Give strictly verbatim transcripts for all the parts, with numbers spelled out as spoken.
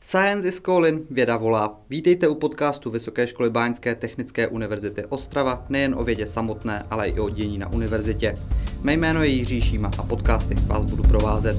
Science is calling, věda volá. Vítejte u podcastu Vysoké školy Báňské technické univerzity Ostrava, nejen o vědě samotné, ale i o dění na univerzitě. Mé jméno je Jiří Šíma a podcasty vás budu provázet.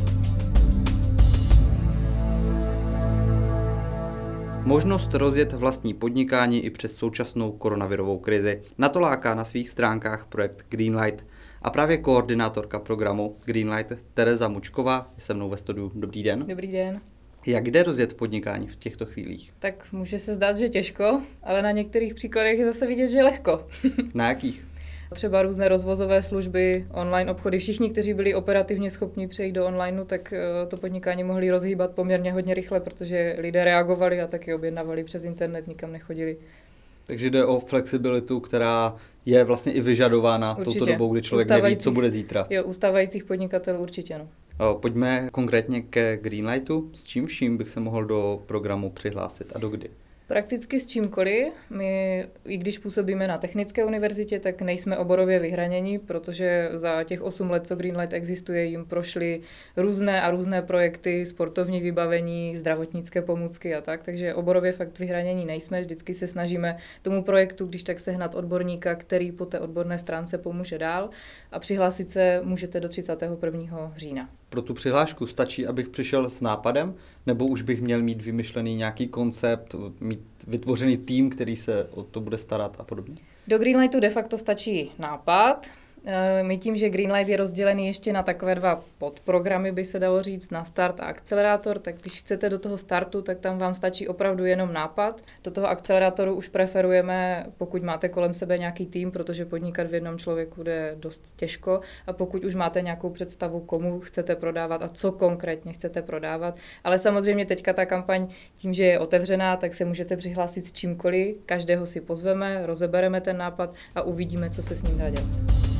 Možnost rozjet vlastní podnikání i přes současnou koronavirovou krizi. Na to láká na svých stránkách projekt Greenlight. A právě koordinátorka programu Greenlight Tereza Mučková je se mnou ve studiu. Dobrý den. Dobrý den. Jak jde rozjet podnikání v těchto chvílích? Tak může se zdát, že těžko, ale na některých příkladech je zase vidět, že lehko. Na jakých? Třeba různé rozvozové služby, online obchody. Všichni, kteří byli operativně schopni přejít do onlineu, tak to podnikání mohli rozhýbat poměrně hodně rychle, protože lidé reagovali a taky objednávali přes internet, nikam nechodili. Takže jde o flexibilitu, která je vlastně i vyžadována určitě. Touto dobou, kdy člověk neví, co bude zítra. Jo, u stávajících podnikatelů určitě, no. Pojďme konkrétně ke Greenlightu. S čím vším bych se mohl do programu přihlásit a dokdy? Prakticky s čímkoliv. My, i když působíme na technické univerzitě, tak nejsme oborově vyhraněni, protože za těch osm let, co Greenlight existuje, jim prošly různé a různé projekty, sportovní vybavení, zdravotnické pomůcky a tak, takže oborově fakt vyhraněni nejsme. Vždycky se snažíme tomu projektu, když tak sehnat odborníka, který po té odborné stránce pomůže dál, a přihlásit se můžete do třicátého prvního října. Pro tu přihlášku stačí, abych přišel s nápadem, nebo už bych měl mít vymyšlený nějaký koncept, mít vytvořený tým, který se o to bude starat a podobně? Do Greenlightu de facto stačí nápad. My tím, že Greenlight je rozdělený ještě na takové dva podprogramy, by se dalo říct, na start a akcelerátor, tak když chcete do toho startu, tak tam vám stačí opravdu jenom nápad. Do toho akcelerátoru už preferujeme, pokud máte kolem sebe nějaký tým, protože podnikat v jednom člověku jde dost těžko, a pokud už máte nějakou představu, komu chcete prodávat a co konkrétně chcete prodávat. Ale samozřejmě teďka ta kampaň tím, že je otevřená, tak se můžete přihlásit s čímkoliv, každého si pozveme, rozebereme ten nápad a uvidíme, co se s ním dá dělat.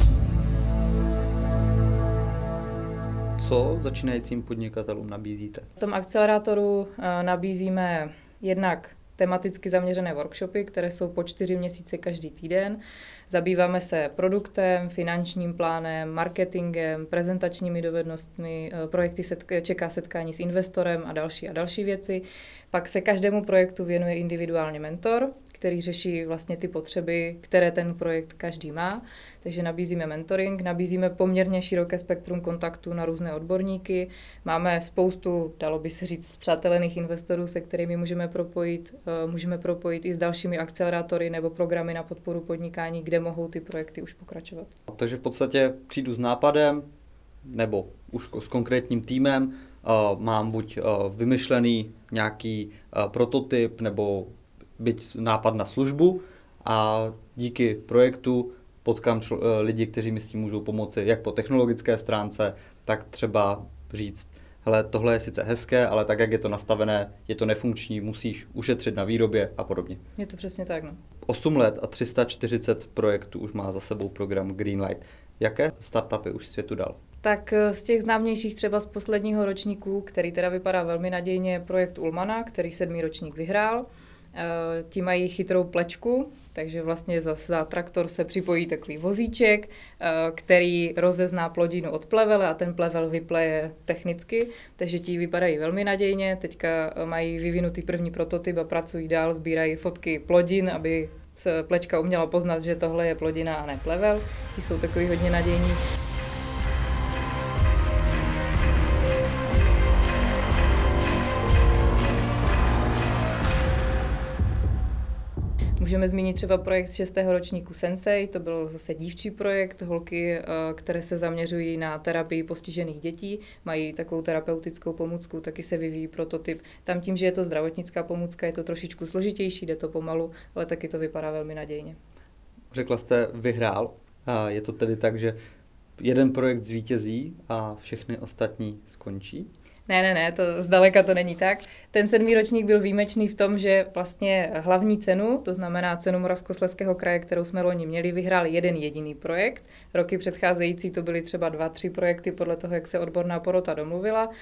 Co začínajícím podnikatelům nabízíte? V tom akcelerátoru nabízíme jednak tematicky zaměřené workshopy, které jsou po čtyři měsíce každý týden. Zabýváme se produktem, finančním plánem, marketingem, prezentačními dovednostmi, projekty setk- čeká setkání s investorem a další a další věci. Pak se každému projektu věnuje individuálně mentor, který řeší vlastně ty potřeby, které ten projekt každý má. Takže nabízíme mentoring, nabízíme poměrně široké spektrum kontaktů na různé odborníky. Máme spoustu, dalo by se říct, spřátelených investorů, se kterými můžeme propojit, můžeme propojit i s dalšími akcelerátory nebo programy na podporu podnikání, kde mohou ty projekty už pokračovat. Takže v podstatě přijdu s nápadem nebo už s konkrétním týmem, mám buď vymyšlený nějaký prototyp nebo byť nápad na službu, a díky projektu potkám čl- lidi, kteří mi s tím můžou pomoci, jak po technologické stránce, tak třeba říct, hele, tohle je sice hezké, ale tak, jak je to nastavené, je to nefunkční, musíš ušetřit na výrobě a podobně. Je to přesně tak, no. osm let a tři sta čtyřicet projektů už má za sebou program Greenlight. Jaké startupy už světu dal? Tak z těch známějších třeba z posledního ročníku, který teda vypadá velmi nadějně, je projekt Ulmana, který sedmý ročník vyhrál. Ti mají chytrou plečku, takže vlastně za, za traktor se připojí takový vozíček, který rozezná plodinu od plevele a ten plevel vypleje technicky, takže ti vypadají velmi nadějně. Teďka mají vyvinutý první prototyp a pracují dál, sbírají fotky plodin, aby se plečka uměla poznat, že tohle je plodina a ne plevel. Ti jsou takový hodně nadějní. Můžeme zmínit třeba projekt z šestého ročníku Sensei, to byl zase dívčí projekt, holky, které se zaměřují na terapii postižených dětí, mají takovou terapeutickou pomůcku, taky se vyvíjí prototyp. Tam tím, že je to zdravotnická pomůcka, je to trošičku složitější, jde to pomalu, ale taky to vypadá velmi nadějně. Řekla jste vyhrál, a je to tedy tak, že jeden projekt zvítězí a všechny ostatní skončí? Ne, ne, ne, to zdaleka to není tak. Ten sedmý ročník byl výjimečný v tom, že vlastně hlavní cenu, to znamená cenu Moravskoslezského kraje, kterou jsme loni měli, vyhrál jeden jediný projekt. Roky předcházející to byly třeba dva, tři projekty podle toho, jak se odborná porota domluvila.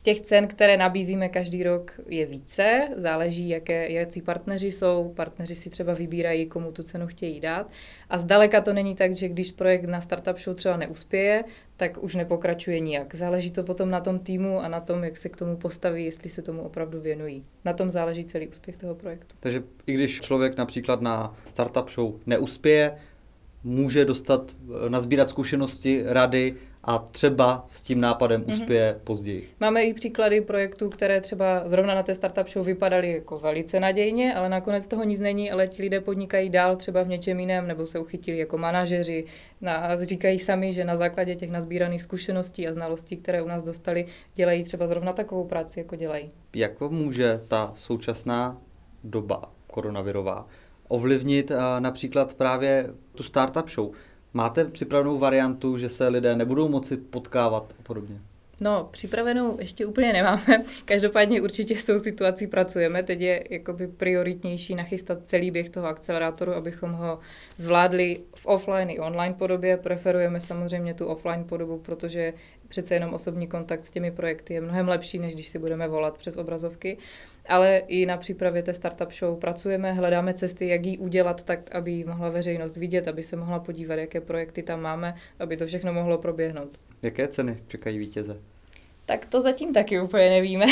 Těch cen, které nabízíme každý rok, je více, záleží, jaké, jací partneři jsou, partneři si třeba vybírají, komu tu cenu chtějí dát. A zdaleka to není tak, že když projekt na Startup Show třeba neuspěje, tak už nepokračuje nijak. Záleží to potom na tom týmu a na tom, jak se k tomu postaví, jestli se tomu opravdu věnují. Na tom záleží celý úspěch toho projektu. Takže i když člověk například na Startup Show neuspěje, může dostat, nazbírat zkušenosti, rady a třeba s tím nápadem uspěje mm-hmm. později. Máme i příklady projektů, které třeba zrovna na té Startup Show vypadaly jako velice nadějně, ale nakonec toho nic není, ale ti lidé podnikají dál třeba v něčem jiném, nebo se uchytili jako manažeři. Na, říkají sami, že na základě těch nazbíraných zkušeností a znalostí, které u nás dostali, dělají třeba zrovna takovou práci, jako dělají. Jak může ta současná doba koronavirová ovlivnit a například právě tu Startup Show? Máte připravenou variantu, že se lidé nebudou moci potkávat a podobně? No, připravenou ještě úplně nemáme. Každopádně určitě s tou situací pracujeme. Teď je jakoby prioritnější nachystat celý běh toho akcelerátoru, abychom ho zvládli v offline i online podobě. Preferujeme samozřejmě tu offline podobu, protože přece jenom osobní kontakt s těmi projekty je mnohem lepší, než když si budeme volat přes obrazovky. Ale i na přípravě té Startup Show pracujeme, hledáme cesty, jak ji udělat tak, aby ji mohla veřejnost vidět, aby se mohla podívat, jaké projekty tam máme, aby to všechno mohlo proběhnout. Jaké ceny čekají vítěze? Tak to zatím taky úplně nevíme.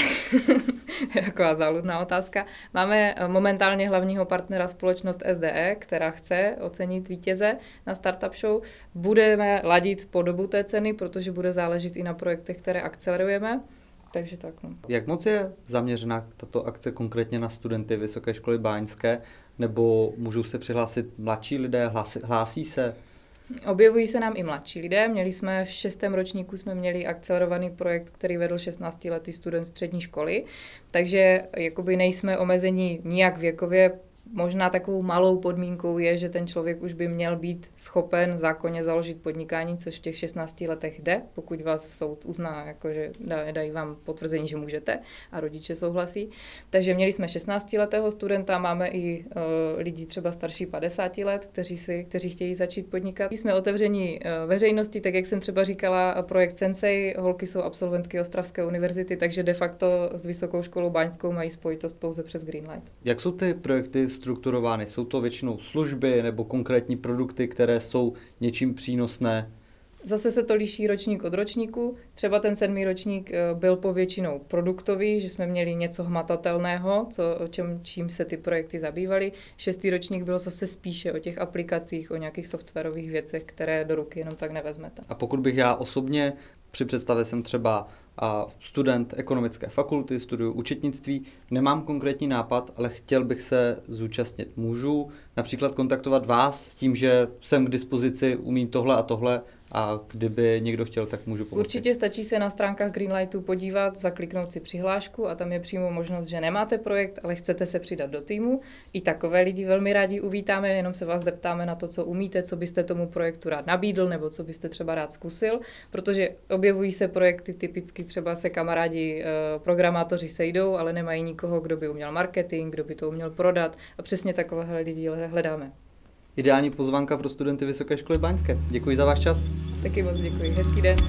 Taková záludná otázka. Máme momentálně hlavního partnera společnost S D E, která chce ocenit vítěze na Startup Show. Budeme ladit podobu té ceny, protože bude záležet i na projektech, které akcelerujeme. Takže tak, no. Jak moc je zaměřená tato akce konkrétně na studenty Vysoké školy báňské, nebo můžou se přihlásit mladší lidé, hlásí, hlásí se? Objevují se nám i mladší lidé. Měli jsme v šestém ročníku jsme měli akcelerovaný projekt, který vedl šestnáctiletý student střední školy, takže jakoby nejsme omezeni nijak věkově. Možná takovou malou podmínkou je, že ten člověk už by měl být schopen zákonně založit podnikání, což v těch šestnácti letech jde, pokud vás soud uzná, jakože dají vám potvrzení, že můžete a rodiče souhlasí. Takže měli jsme šestnáctiletého studenta, máme i uh, lidi třeba starší padesáti let, kteří, si, kteří chtějí začít podnikat. Jsme otevření uh, veřejnosti, tak jak jsem třeba říkala, projekt Sensei, holky jsou absolventky Ostravské univerzity, takže de facto s Vysokou školou báňskou mají spojitost pouze přes Greenlight. Jak jsou ty projekty strukturovány? Jsou to většinou služby nebo konkrétní produkty, které jsou něčím přínosné? Zase se to liší ročník od ročníku. Třeba ten sedmý ročník byl povětšinou produktový, že jsme měli něco hmatatelného, co, o čem, čím se ty projekty zabývaly. Šestý ročník byl zase spíše o těch aplikacích, o nějakých softwarových věcech, které do ruky jenom tak nevezmete. A pokud bych já osobně při představě jsem třeba a student ekonomické fakulty, studuju účetnictví, nemám konkrétní nápad, ale chtěl bych se zúčastnit. Můžu například kontaktovat vás s tím, že jsem k dispozici, umím tohle a tohle a kdyby někdo chtěl, tak můžu pomoci. Určitě stačí se na stránkách Greenlightu podívat, zakliknout si přihlášku a tam je přímo možnost, že nemáte projekt, ale chcete se přidat do týmu. I takové lidi velmi rádi uvítáme, jenom se vás zeptáme na to, co umíte, co byste tomu projektu rád nabídl nebo co byste třeba rád zkusil, protože objevují se projekty typicky, třeba se kamarádi programátoři sejdou, ale nemají nikoho, kdo by uměl marketing, kdo by to uměl prodat a přesně takové lidi hledáme. Ideální pozvánka pro studenty Vysoké školy báňské. Děkuji za váš čas. Taky moc děkuji. Hezký den.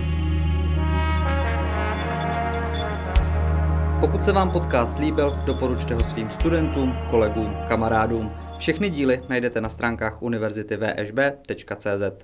Pokud se vám podcast líbil, doporučte ho svým studentům, kolegům, kamarádům. Všechny díly najdete na stránkách univerzity v š b tečka c z.